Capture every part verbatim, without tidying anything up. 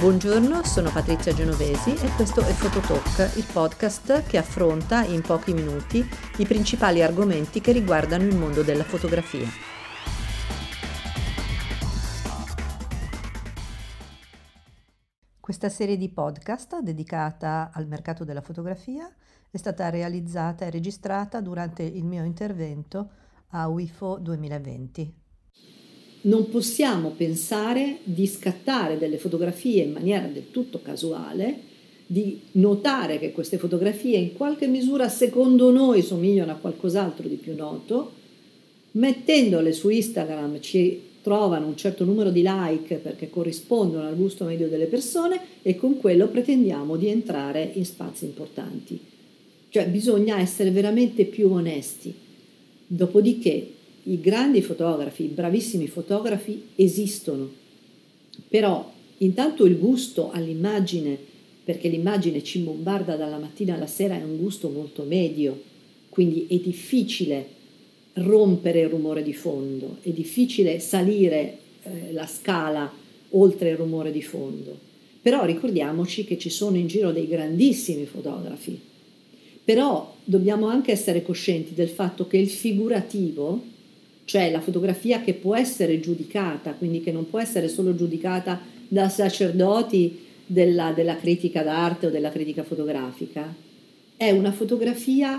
Buongiorno, sono Patrizia Genovesi e questo è Fototalk, il podcast che affronta in pochi minuti i principali argomenti che riguardano il mondo della fotografia. Questa serie di podcast dedicata al mercato della fotografia è stata realizzata e registrata durante il mio intervento a U I F O duemilaventi. Non possiamo pensare di scattare delle fotografie in maniera del tutto casuale, di notare che queste fotografie in qualche misura secondo noi somigliano a qualcos'altro di più noto, mettendole su Instagram ci trovano un certo numero di like perché corrispondono al gusto medio delle persone e con quello pretendiamo di entrare in spazi importanti. Cioè bisogna essere veramente più onesti. Dopodiché i grandi fotografi, i bravissimi fotografi esistono, però intanto il gusto all'immagine, perché l'immagine ci bombarda dalla mattina alla sera, è un gusto molto medio, quindi è difficile rompere il rumore di fondo, è difficile salire eh, la scala oltre il rumore di fondo. Però ricordiamoci che ci sono in giro dei grandissimi fotografi, però dobbiamo anche essere coscienti del fatto che il figurativo, cioè la fotografia che può essere giudicata, quindi che non può essere solo giudicata da sacerdoti della, della critica d'arte o della critica fotografica, è una fotografia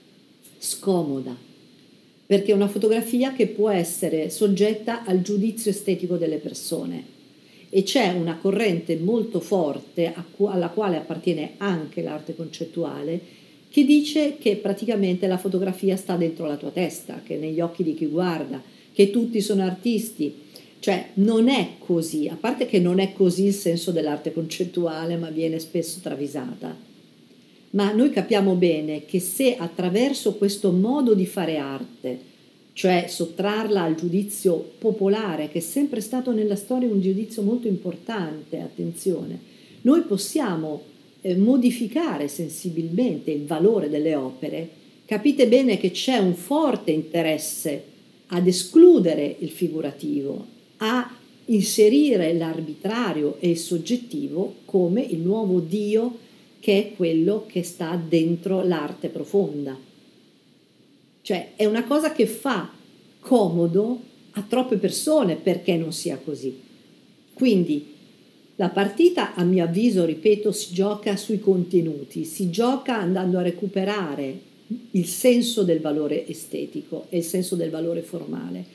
scomoda, perché è una fotografia che può essere soggetta al giudizio estetico delle persone e c'è una corrente molto forte alla quale appartiene anche l'arte concettuale, che dice che praticamente la fotografia sta dentro la tua testa, che è negli occhi di chi guarda, che tutti sono artisti. Cioè non è così, a parte che non è così il senso dell'arte concettuale, ma viene spesso travisata. Ma noi capiamo bene che se attraverso questo modo di fare arte, cioè sottrarla al giudizio popolare, che è sempre stato nella storia un giudizio molto importante, attenzione, noi possiamo modificare sensibilmente il valore delle opere, capite bene che c'è un forte interesse ad escludere il figurativo, a inserire l'arbitrario e il soggettivo come il nuovo Dio, che è quello che sta dentro l'arte profonda. Cioè è una cosa che fa comodo a troppe persone perché non sia così. Quindi la partita, a mio avviso, ripeto, si gioca sui contenuti, si gioca andando a recuperare il senso del valore estetico e il senso del valore formale.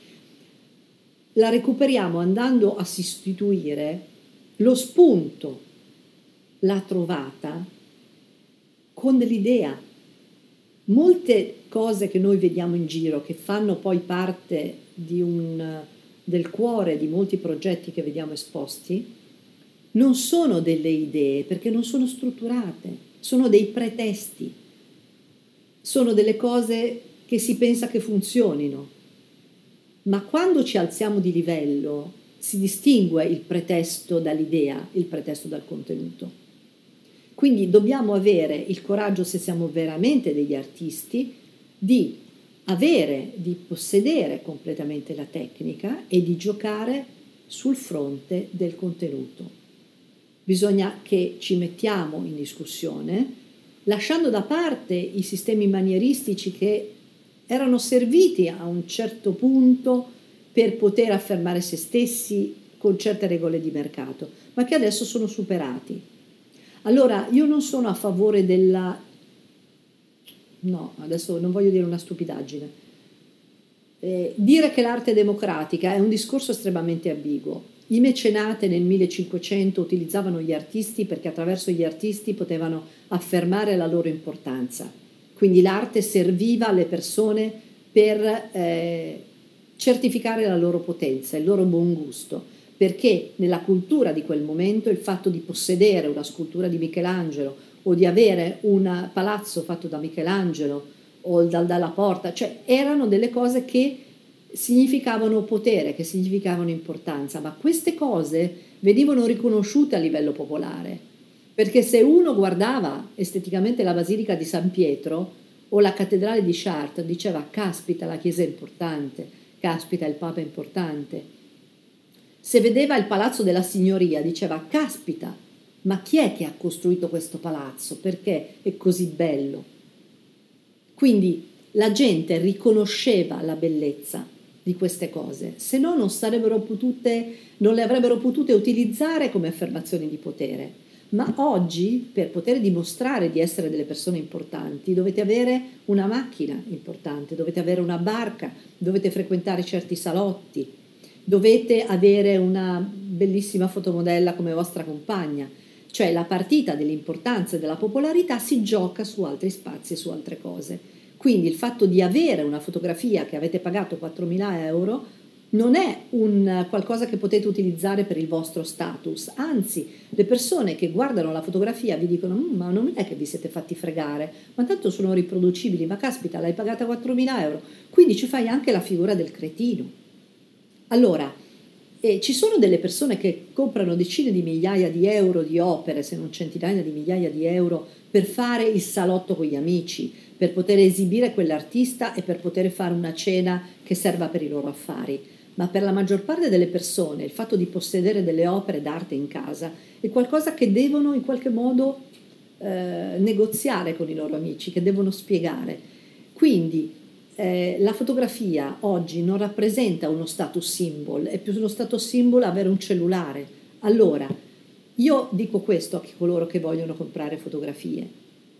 La recuperiamo andando a sostituire lo spunto, la trovata, con dell'idea. Molte cose che noi vediamo in giro, che fanno poi parte di un, del cuore di molti progetti che vediamo esposti, non sono delle idee perché non sono strutturate, sono dei pretesti, sono delle cose che si pensa che funzionino, ma quando ci alziamo di livello si distingue il pretesto dall'idea, il pretesto dal contenuto. Quindi dobbiamo avere il coraggio, se siamo veramente degli artisti, di avere, di possedere completamente la tecnica e di giocare sul fronte del contenuto. Bisogna che ci mettiamo in discussione, lasciando da parte i sistemi manieristici che erano serviti a un certo punto per poter affermare se stessi con certe regole di mercato, ma che adesso sono superati. Allora, io non sono a favore della... No, adesso non voglio dire una stupidaggine. Eh, dire che l'arte è democratica è un discorso estremamente ambiguo. I mecenate nel millecinquecento utilizzavano gli artisti perché attraverso gli artisti potevano affermare la loro importanza. Quindi l'arte serviva alle persone per eh, certificare la loro potenza, il loro buon gusto, perché nella cultura di quel momento il fatto di possedere una scultura di Michelangelo o di avere un palazzo fatto da Michelangelo o dal Dalla Porta, cioè erano delle cose che significavano potere, che significavano importanza, ma queste cose venivano riconosciute a livello popolare, perché se uno guardava esteticamente la Basilica di San Pietro o la Cattedrale di Chartres diceva caspita la chiesa è importante, caspita il Papa è importante. Se vedeva il Palazzo della Signoria diceva: caspita, ma chi è che ha costruito questo palazzo? Perché è così bello? Quindi la gente riconosceva la bellezza di queste cose, se no non sarebbero potute, non le avrebbero potute utilizzare come affermazioni di potere. Ma oggi, per poter dimostrare di essere delle persone importanti, dovete avere una macchina importante, dovete avere una barca, dovete frequentare certi salotti, dovete avere una bellissima fotomodella come vostra compagna. Cioè la partita dell'importanza e della popolarità si gioca su altri spazi e su altre cose. Quindi il fatto di avere una fotografia che avete pagato quattromila euro non è un qualcosa che potete utilizzare per il vostro status, anzi le persone che guardano la fotografia vi dicono: "Mm, ma non è che vi siete fatti fregare, ma tanto sono riproducibili, ma caspita, l'hai pagata quattromila euro, quindi ci fai anche la figura del cretino". Allora, eh, ci sono delle persone che comprano decine di migliaia di euro di opere, se non centinaia di migliaia di euro, per fare il salotto con gli amici, per poter esibire quell'artista e per poter fare una cena che serva per i loro affari. Ma per la maggior parte delle persone il fatto di possedere delle opere d'arte in casa è qualcosa che devono in qualche modo eh, negoziare con i loro amici, che devono spiegare. Quindi eh, la fotografia oggi non rappresenta uno status symbol, è più uno status symbol avere un cellulare. Allora, io dico questo a coloro che vogliono comprare fotografie.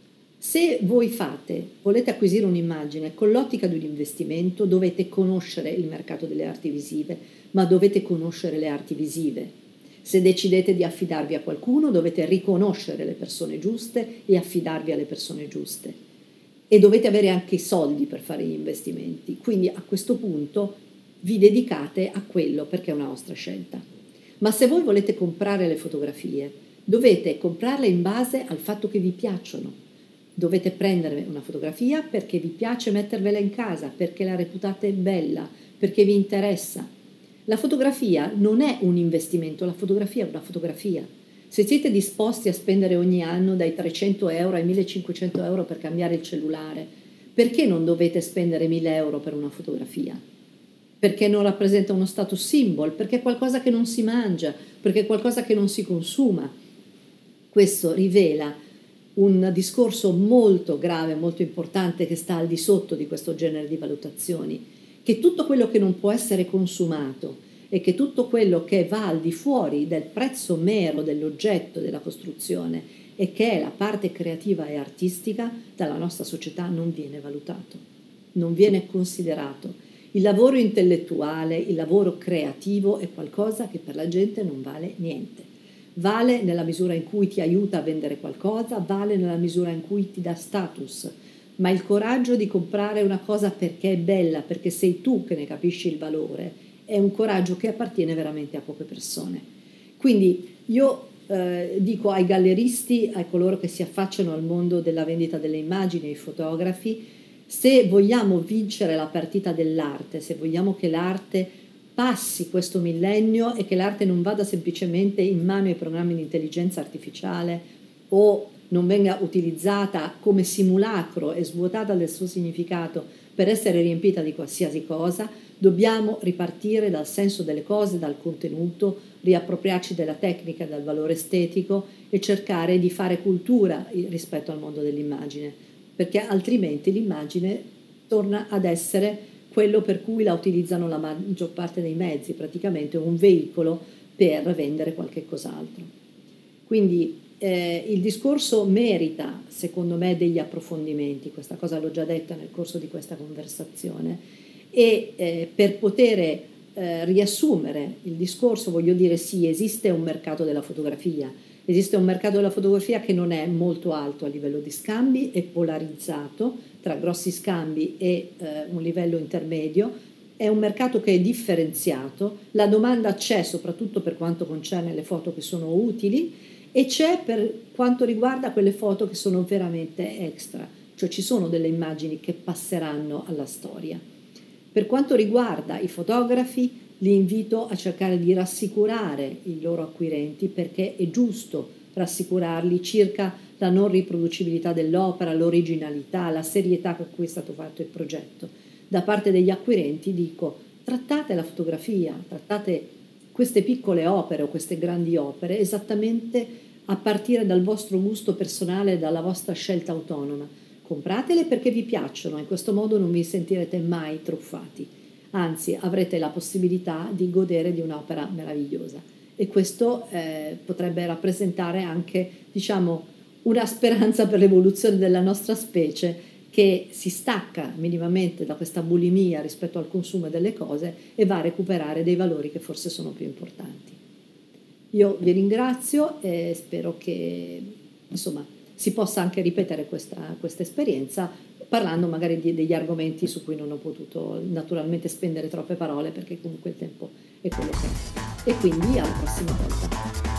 Se voi fate, volete acquisire un'immagine con l'ottica di un investimento, dovete conoscere il mercato delle arti visive, ma dovete conoscere le arti visive. Se decidete di affidarvi a qualcuno, dovete riconoscere le persone giuste e affidarvi alle persone giuste. E dovete avere anche i soldi per fare gli investimenti. Quindi a questo punto vi dedicate a quello perché è una vostra scelta. Ma se voi volete comprare le fotografie, dovete comprarle in base al fatto che vi piacciono. Dovete prendere una fotografia perché vi piace mettervela in casa, perché la reputate bella, perché vi interessa. La fotografia non è un investimento, la fotografia è una fotografia. Se siete disposti a spendere ogni anno dai trecento euro ai millecinquecento euro per cambiare il cellulare, perché non dovete spendere mille euro per una fotografia? Perché non rappresenta uno status symbol, perché è qualcosa che non si mangia, perché è qualcosa che non si consuma. Questo rivela un discorso molto grave, molto importante che sta al di sotto di questo genere di valutazioni, che tutto quello che non può essere consumato e che tutto quello che va al di fuori del prezzo mero dell'oggetto della costruzione e che è la parte creativa e artistica dalla nostra società non viene valutato, non viene considerato. Il lavoro intellettuale, il lavoro creativo è qualcosa che per la gente non vale niente. Vale nella misura in cui ti aiuta a vendere qualcosa, vale nella misura in cui ti dà status, ma il coraggio di comprare una cosa perché è bella, perché sei tu che ne capisci il valore, è un coraggio che appartiene veramente a poche persone. Quindi io eh, dico ai galleristi, a coloro che si affacciano al mondo della vendita delle immagini, ai fotografi, se vogliamo vincere la partita dell'arte, se vogliamo che l'arte passi questo millennio e che l'arte non vada semplicemente in mano ai programmi di intelligenza artificiale o non venga utilizzata come simulacro e svuotata del suo significato per essere riempita di qualsiasi cosa, dobbiamo ripartire dal senso delle cose, dal contenuto, riappropriarci della tecnica, dal valore estetico e cercare di fare cultura rispetto al mondo dell'immagine, perché altrimenti l'immagine torna ad essere quello per cui la utilizzano la maggior parte dei mezzi, praticamente un veicolo per vendere qualche cos'altro. Quindi eh, il discorso merita, secondo me, degli approfondimenti, questa cosa l'ho già detta nel corso di questa conversazione, e eh, per poter eh, riassumere il discorso voglio dire sì, esiste un mercato della fotografia, esiste un mercato della fotografia che non è molto alto a livello di scambi, è polarizzato tra grossi scambi e eh, un livello intermedio, è un mercato che è differenziato, la domanda c'è soprattutto per quanto concerne le foto che sono utili e c'è per quanto riguarda quelle foto che sono veramente extra, cioè ci sono delle immagini che passeranno alla storia. Per quanto riguarda i fotografi, li invito a cercare di rassicurare i loro acquirenti perché è giusto rassicurarli circa la non riproducibilità dell'opera, l'originalità, la serietà con cui è stato fatto il progetto. Da parte degli acquirenti dico, trattate la fotografia, trattate queste piccole opere o queste grandi opere esattamente a partire dal vostro gusto personale e dalla vostra scelta autonoma. Compratele perché vi piacciono, in questo modo non vi sentirete mai truffati, anzi avrete la possibilità di godere di un'opera meravigliosa, e questo eh, potrebbe rappresentare anche, diciamo, una speranza per l'evoluzione della nostra specie, che si stacca minimamente da questa bulimia rispetto al consumo delle cose e va a recuperare dei valori che forse sono più importanti. Io vi ringrazio e spero che, insomma, si possa anche ripetere questa, questa esperienza, parlando magari di, degli argomenti su cui non ho potuto naturalmente spendere troppe parole, perché comunque il tempo è quello che è. E quindi alla prossima volta.